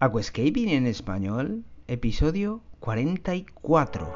Aquascaping en español, episodio 44.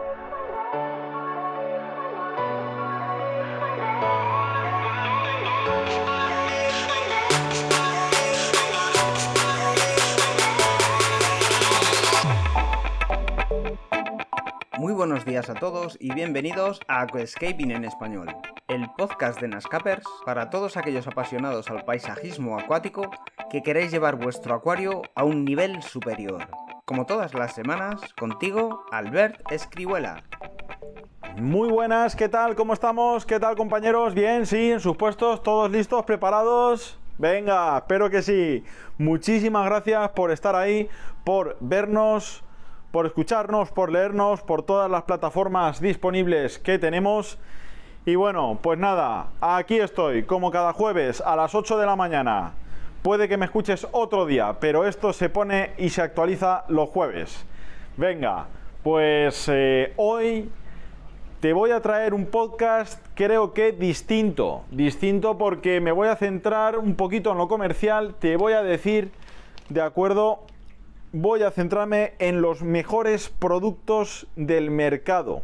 Muy buenos días a todos y bienvenidos a Aquascaping en español, el podcast de Nascapers para todos aquellos apasionados al paisajismo acuático que queréis llevar vuestro acuario a un nivel superior. Como todas las semanas, contigo, Albert Escrihuela. Muy buenas, ¿qué tal? ¿Cómo estamos? ¿Qué tal, compañeros? Bien, sí, en sus puestos, todos listos, preparados. Venga, espero que sí. Muchísimas gracias por estar ahí, por vernos, por escucharnos, por leernos, por todas las plataformas disponibles que tenemos. Y bueno, pues nada, aquí estoy, como cada jueves a las 8 de la mañana. Puede que me escuches otro día, pero esto se pone y se actualiza los jueves. Venga, pues hoy te voy a traer un podcast, creo que distinto porque me voy a centrar un poquito en lo comercial. Te voy a decir, de acuerdo, voy a centrarme en los mejores productos del mercado.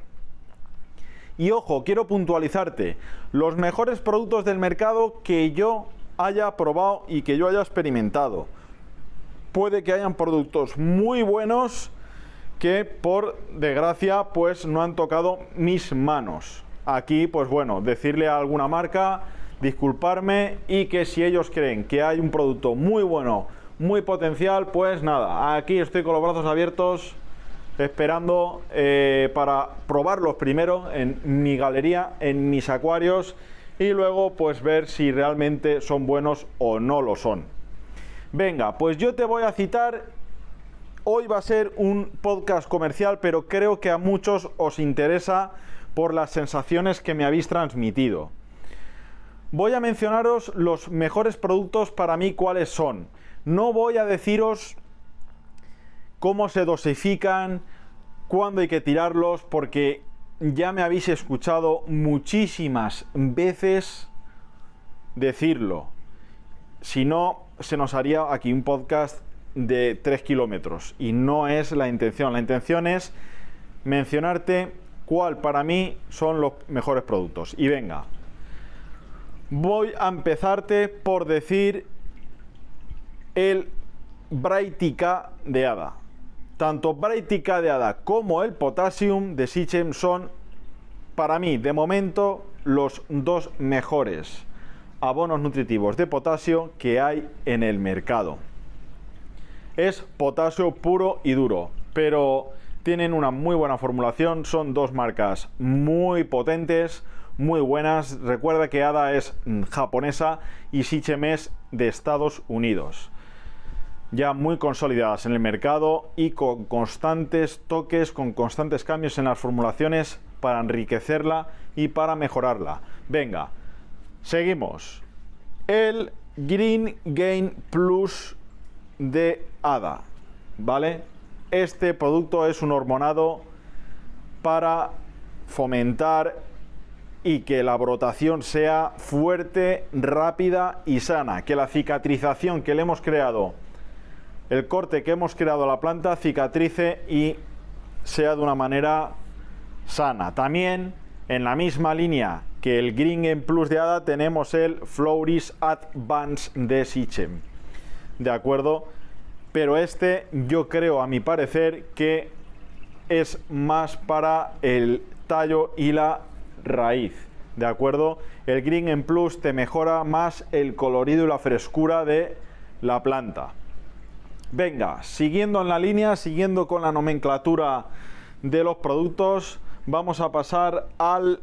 Y ojo, quiero puntualizarte, los mejores productos del mercado que yo haya probado y que yo haya experimentado. Puede que hayan productos muy buenos que por desgracia pues no han tocado mis manos. Aquí pues bueno, decirle a alguna marca, disculparme, y que si ellos creen que hay un producto muy bueno, muy potencial, pues nada, aquí estoy con los brazos abiertos esperando para probarlos primero en mi galería, en mis acuarios, y luego pues ver si realmente son buenos o no lo son. Venga, pues yo te voy a citar. Hoy va a ser un podcast comercial, pero creo que a muchos os interesa por las sensaciones que me habéis transmitido. Voy a mencionaros los mejores productos para mí, cuáles son. No voy a deciros cómo se dosifican, cuándo hay que tirarlos, porque ya me habéis escuchado muchísimas veces decirlo. Si no, se nos haría aquí un podcast de 3 kilómetros y no es la intención. La intención es mencionarte cuál para mí son los mejores productos. Y venga, voy a empezarte por decir el Brighttica de Hada. Tanto Brighttica de Hada como el Potassium de Sichem son para mí de momento los dos mejores abonos nutritivos de potasio que hay en el mercado. Es potasio puro y duro, pero tienen una muy buena formulación. Son dos marcas muy potentes, muy buenas. Recuerda que Hada es japonesa y Sichem es de Estados Unidos. Ya muy consolidadas en el mercado y con constantes toques, con constantes cambios en las formulaciones para enriquecerla y para mejorarla. Venga, seguimos. El Green Gain Plus de Hada, ¿vale? Este producto es un hormonado para fomentar y que la brotación sea fuerte, rápida y sana, que la cicatrización que le hemos creado, el corte que hemos creado a la planta, cicatrice y sea de una manera sana. También en la misma línea que el Green Gain Plus de Hada tenemos el Floris Advance de Sichem, ¿de acuerdo? Pero este yo creo, a mi parecer, que es más para el tallo y la raíz, ¿de acuerdo? El Green Gain Plus te mejora más el colorido y la frescura de la planta. Venga, siguiendo en la línea, siguiendo con la nomenclatura de los productos, vamos a pasar al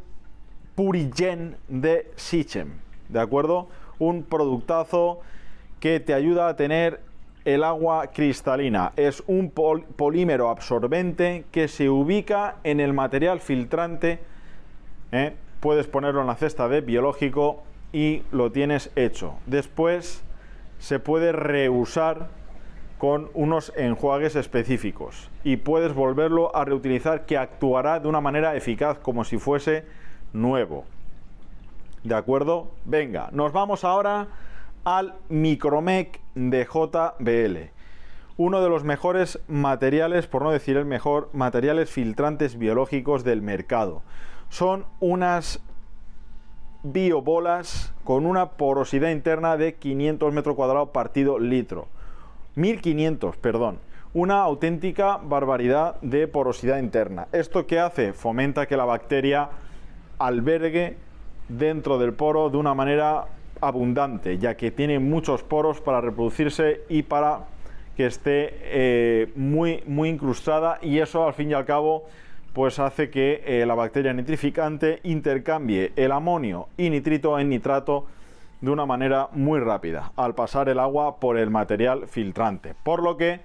Purigen de Sichem, ¿de acuerdo? Un productazo que te ayuda a tener el agua cristalina. Es un polímero absorbente que se ubica en el material filtrante. Puedes ponerlo en la cesta de biológico y lo tienes hecho. Después se puede reusar con unos enjuagues específicos y puedes volverlo a reutilizar, que actuará de una manera eficaz como si fuese nuevo. ¿De acuerdo? Venga, nos vamos ahora al Micromec de JBL. uno de los mejores materiales, por no decir el mejor, materiales filtrantes biológicos del mercado. Son unas biobolas con una porosidad interna de 500 metros cuadrados partido litro. 1500, perdón. Una auténtica barbaridad de porosidad interna. ¿Esto qué hace? Fomenta que la bacteria albergue dentro del poro de una manera abundante, ya que tiene muchos poros para reproducirse y para que esté muy incrustada, y eso al fin y al cabo pues hace que la bacteria nitrificante intercambie el amonio y nitrito en nitrato de una manera muy rápida al pasar el agua por el material filtrante, por lo que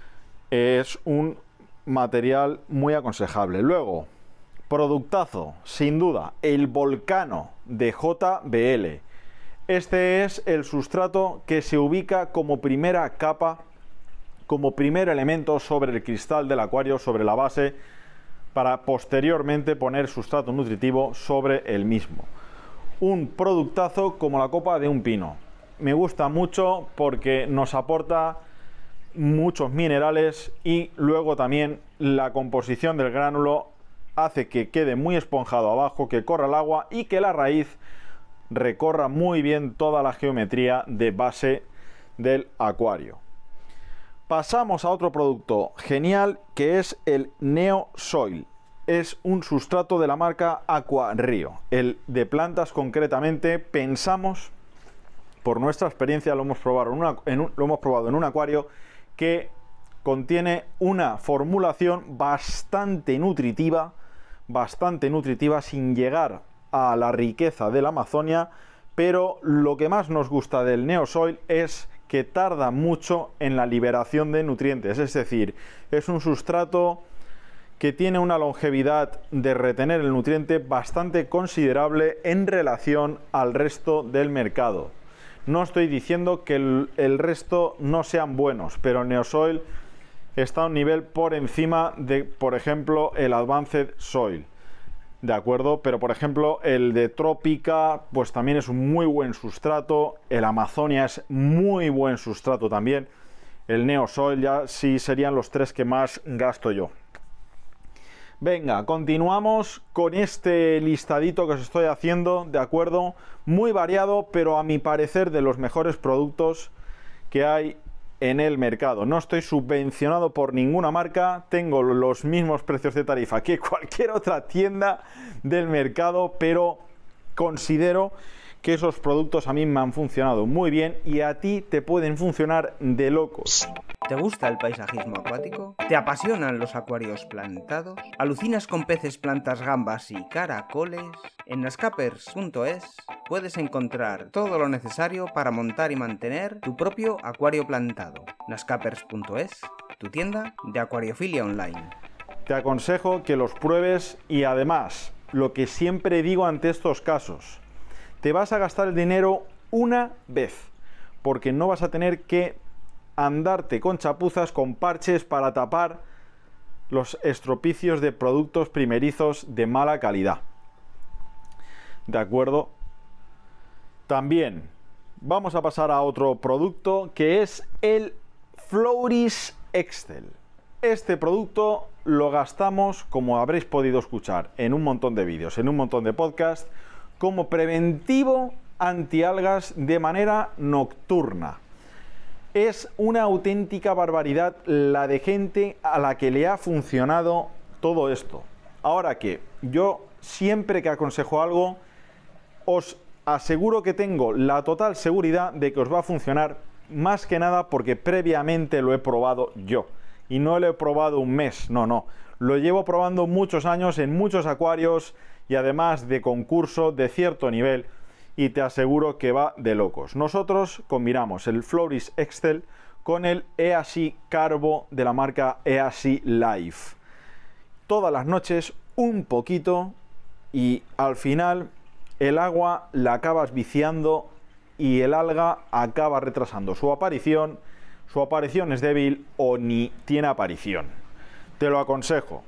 es un material muy aconsejable. Luego, productazo, sin duda, el Volcano de JBL. Este es el sustrato que se ubica como primera capa, como primer elemento sobre el cristal del acuario, sobre la base, para posteriormente poner sustrato nutritivo sobre el mismo. Un productazo como la copa de un pino. Me gusta mucho porque nos aporta muchos minerales y luego también la composición del gránulo hace que quede muy esponjado abajo, que corra el agua y que la raíz recorra muy bien toda la geometría de base del acuario. Pasamos a otro producto genial que es el Neosoil. Es un sustrato de la marca AquaRio, el de plantas concretamente. Pensamos, por nuestra experiencia, lo hemos probado en un acuario que contiene una formulación bastante nutritiva, sin llegar a la riqueza de la Amazonia, pero lo que más nos gusta del Neosoil es que tarda mucho en la liberación de nutrientes, es decir, es un sustrato que tiene una longevidad de retener el nutriente bastante considerable en relación al resto del mercado. No estoy diciendo que el resto no sean buenos, pero el Neosoil está a un nivel por encima de, por ejemplo, el Advanced Soil. ¿De acuerdo? Pero por ejemplo el de Trópica pues también es un muy buen sustrato, el Amazonia es muy buen sustrato también, el Neosoil ya sí serían los tres que más gasto yo. Venga, continuamos con este listadito que os estoy haciendo, ¿de acuerdo? Muy variado, pero a mi parecer de los mejores productos que hay en el mercado. No estoy subvencionado por ninguna marca, tengo los mismos precios de tarifa que cualquier otra tienda del mercado, pero considero que esos productos a mí me han funcionado muy bien y a ti te pueden funcionar de locos. ¿Te gusta el paisajismo acuático? ¿Te apasionan los acuarios plantados? ¿Alucinas con peces, plantas, gambas y caracoles? En nascapers.es puedes encontrar todo lo necesario para montar y mantener tu propio acuario plantado. nascapers.es, tu tienda de acuariofilia online. Te aconsejo que los pruebes y además, lo que siempre digo ante estos casos, te vas a gastar el dinero una vez, porque no vas a tener que andarte con chapuzas, con parches para tapar los estropicios de productos primerizos de mala calidad. ¿De acuerdo? También vamos a pasar a otro producto que es el Floris Excel. Este producto lo gastamos, como habréis podido escuchar en un montón de vídeos, en un montón de podcasts, como preventivo antialgas de manera nocturna. Es una auténtica barbaridad la de gente a la que le ha funcionado todo esto. Ahora que yo siempre que aconsejo algo, os aseguro que tengo la total seguridad de que os va a funcionar, más que nada porque previamente lo he probado yo. Y no lo he probado un mes, no. Lo llevo probando muchos años en muchos acuarios y además de concurso de cierto nivel, y te aseguro que va de locos. Nosotros combinamos el Floris Excel con el EASY Carbo de la marca EASY Life. Todas las noches un poquito y al final el agua la acabas viciando y el alga acaba retrasando su aparición. Su aparición es débil o ni tiene aparición. Te lo aconsejo.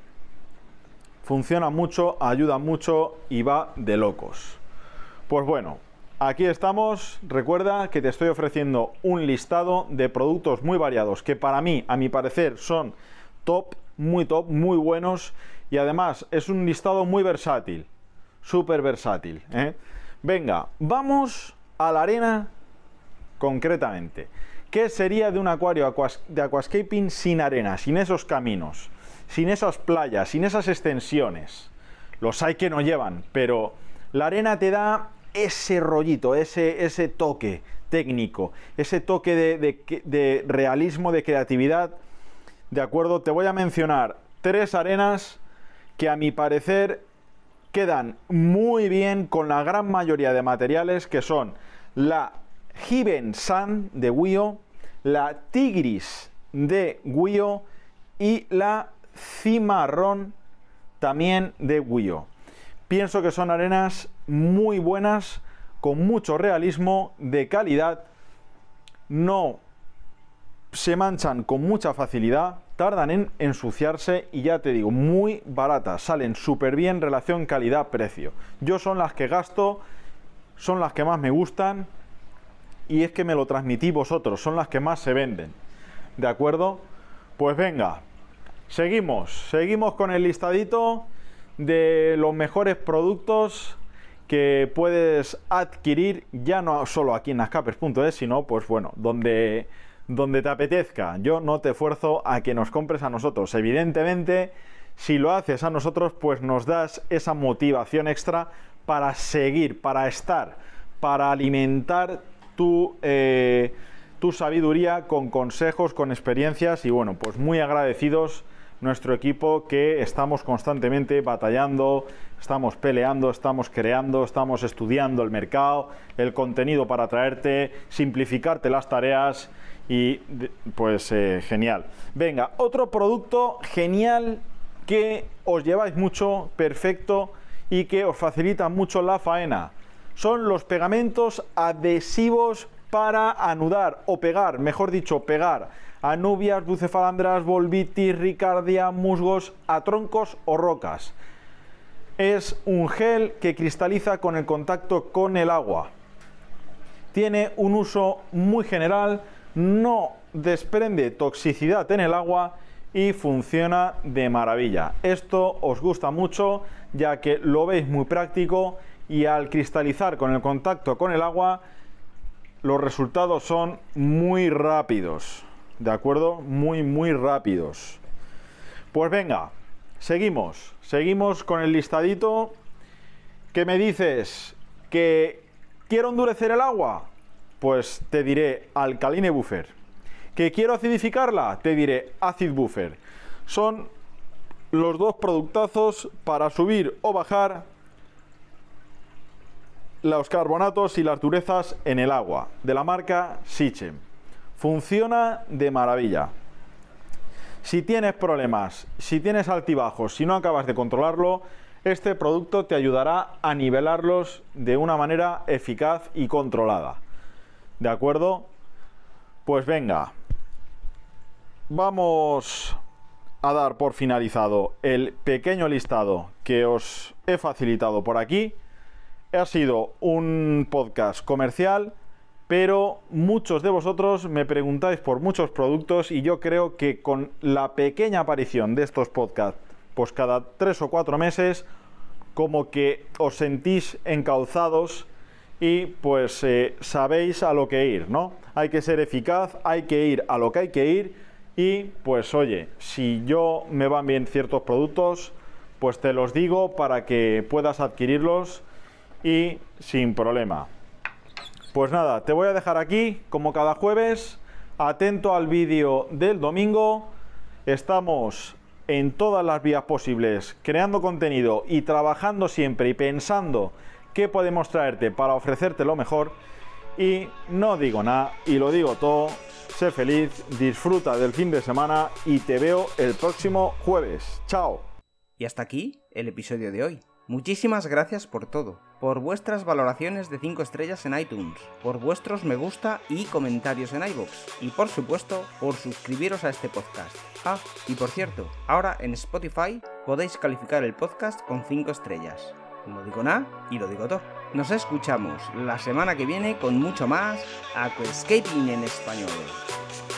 Funciona mucho, ayuda mucho y va de locos. Pues bueno, aquí estamos. Recuerda que te estoy ofreciendo un listado de productos muy variados que para mí, a mi parecer, son top, muy buenos, y además es un listado muy versátil, súper versátil, ¿eh? Venga, vamos a la arena concretamente. ¿Qué sería de un acuario de aquascaping sin arena, sin esos caminos, sin esas playas, sin esas extensiones? Los hay que no llevan, pero la arena te da ese rollito, ese toque técnico, ese toque de realismo, de creatividad. De acuerdo, te voy a mencionar 3 arenas que a mi parecer quedan muy bien con la gran mayoría de materiales, que son la Heaven Sand de Wio, la Tigris de Wio y la Cimarrón también de Wio. Pienso que son arenas muy buenas, con mucho realismo, de calidad, no se manchan con mucha facilidad, tardan en ensuciarse y ya te digo, muy baratas, salen súper bien relación calidad-precio. Yo son las que gasto, son las que más me gustan y es que me lo transmití vosotros, son las que más se venden. ¿De acuerdo? Pues venga, seguimos con el listadito de los mejores productos que puedes adquirir, ya no solo aquí en nascapers.es, sino pues bueno, donde te apetezca. Yo no te esfuerzo a que nos compres a nosotros. Evidentemente, si lo haces a nosotros, pues nos das esa motivación extra para seguir, para estar, para alimentar tu sabiduría con consejos, con experiencias y bueno, pues muy agradecidos nuestro equipo, que estamos constantemente batallando, estamos peleando, estamos creando, estamos estudiando el mercado, el contenido para traerte, simplificarte las tareas y pues genial. Venga, otro producto genial que os lleváis mucho, perfecto, y que os facilita mucho la faena. Son los pegamentos adhesivos para anudar o pegar, mejor dicho, pegar anubias, bucefalandras, volvitis, ricardia, musgos a troncos o rocas. Es un gel que cristaliza con el contacto con el agua. Tiene un uso muy general, no desprende toxicidad en el agua y funciona de maravilla. Esto os gusta mucho, ya que lo veis muy práctico y al cristalizar con el contacto con el agua, los resultados son muy rápidos. ¿De acuerdo? Muy rápidos. Pues venga, seguimos con el listadito. ¿Qué me dices? ¿Que quiero endurecer el agua? Pues te diré Alkaline Buffer. ¿Que quiero acidificarla? Te diré Acid Buffer. Son los 2 productazos para subir o bajar los carbonatos y las durezas en el agua, de la marca Sichem. Funciona de maravilla. Si tienes problemas, si tienes altibajos, si no acabas de controlarlo, este producto te ayudará a nivelarlos de una manera eficaz y controlada. ¿De acuerdo? Pues venga, vamos a dar por finalizado el pequeño listado que os he facilitado por aquí. Ha sido un podcast comercial, pero muchos de vosotros me preguntáis por muchos productos y yo creo que con la pequeña aparición de estos podcasts, pues cada 3 o 4 meses, como que os sentís encauzados y pues sabéis a lo que ir, ¿no? Hay que ser eficaz, hay que ir a lo que hay que ir y pues oye, si yo me van bien ciertos productos, pues te los digo para que puedas adquirirlos y sin problema. Pues nada, te voy a dejar aquí como cada jueves, atento al vídeo del domingo. Estamos en todas las vías posibles creando contenido y trabajando siempre y pensando qué podemos traerte para ofrecerte lo mejor. Y no digo nada y lo digo todo. Sé feliz, disfruta del fin de semana y te veo el próximo jueves. Chao. Y hasta aquí el episodio de hoy. Muchísimas gracias por todo, por vuestras valoraciones de 5 estrellas en iTunes, por vuestros me gusta y comentarios en iVoox, y por supuesto, por suscribiros a este podcast. Ah, y por cierto, ahora en Spotify podéis calificar el podcast con 5 estrellas. No digo nada y lo digo todo. Nos escuchamos la semana que viene con mucho más Aquascaping en español.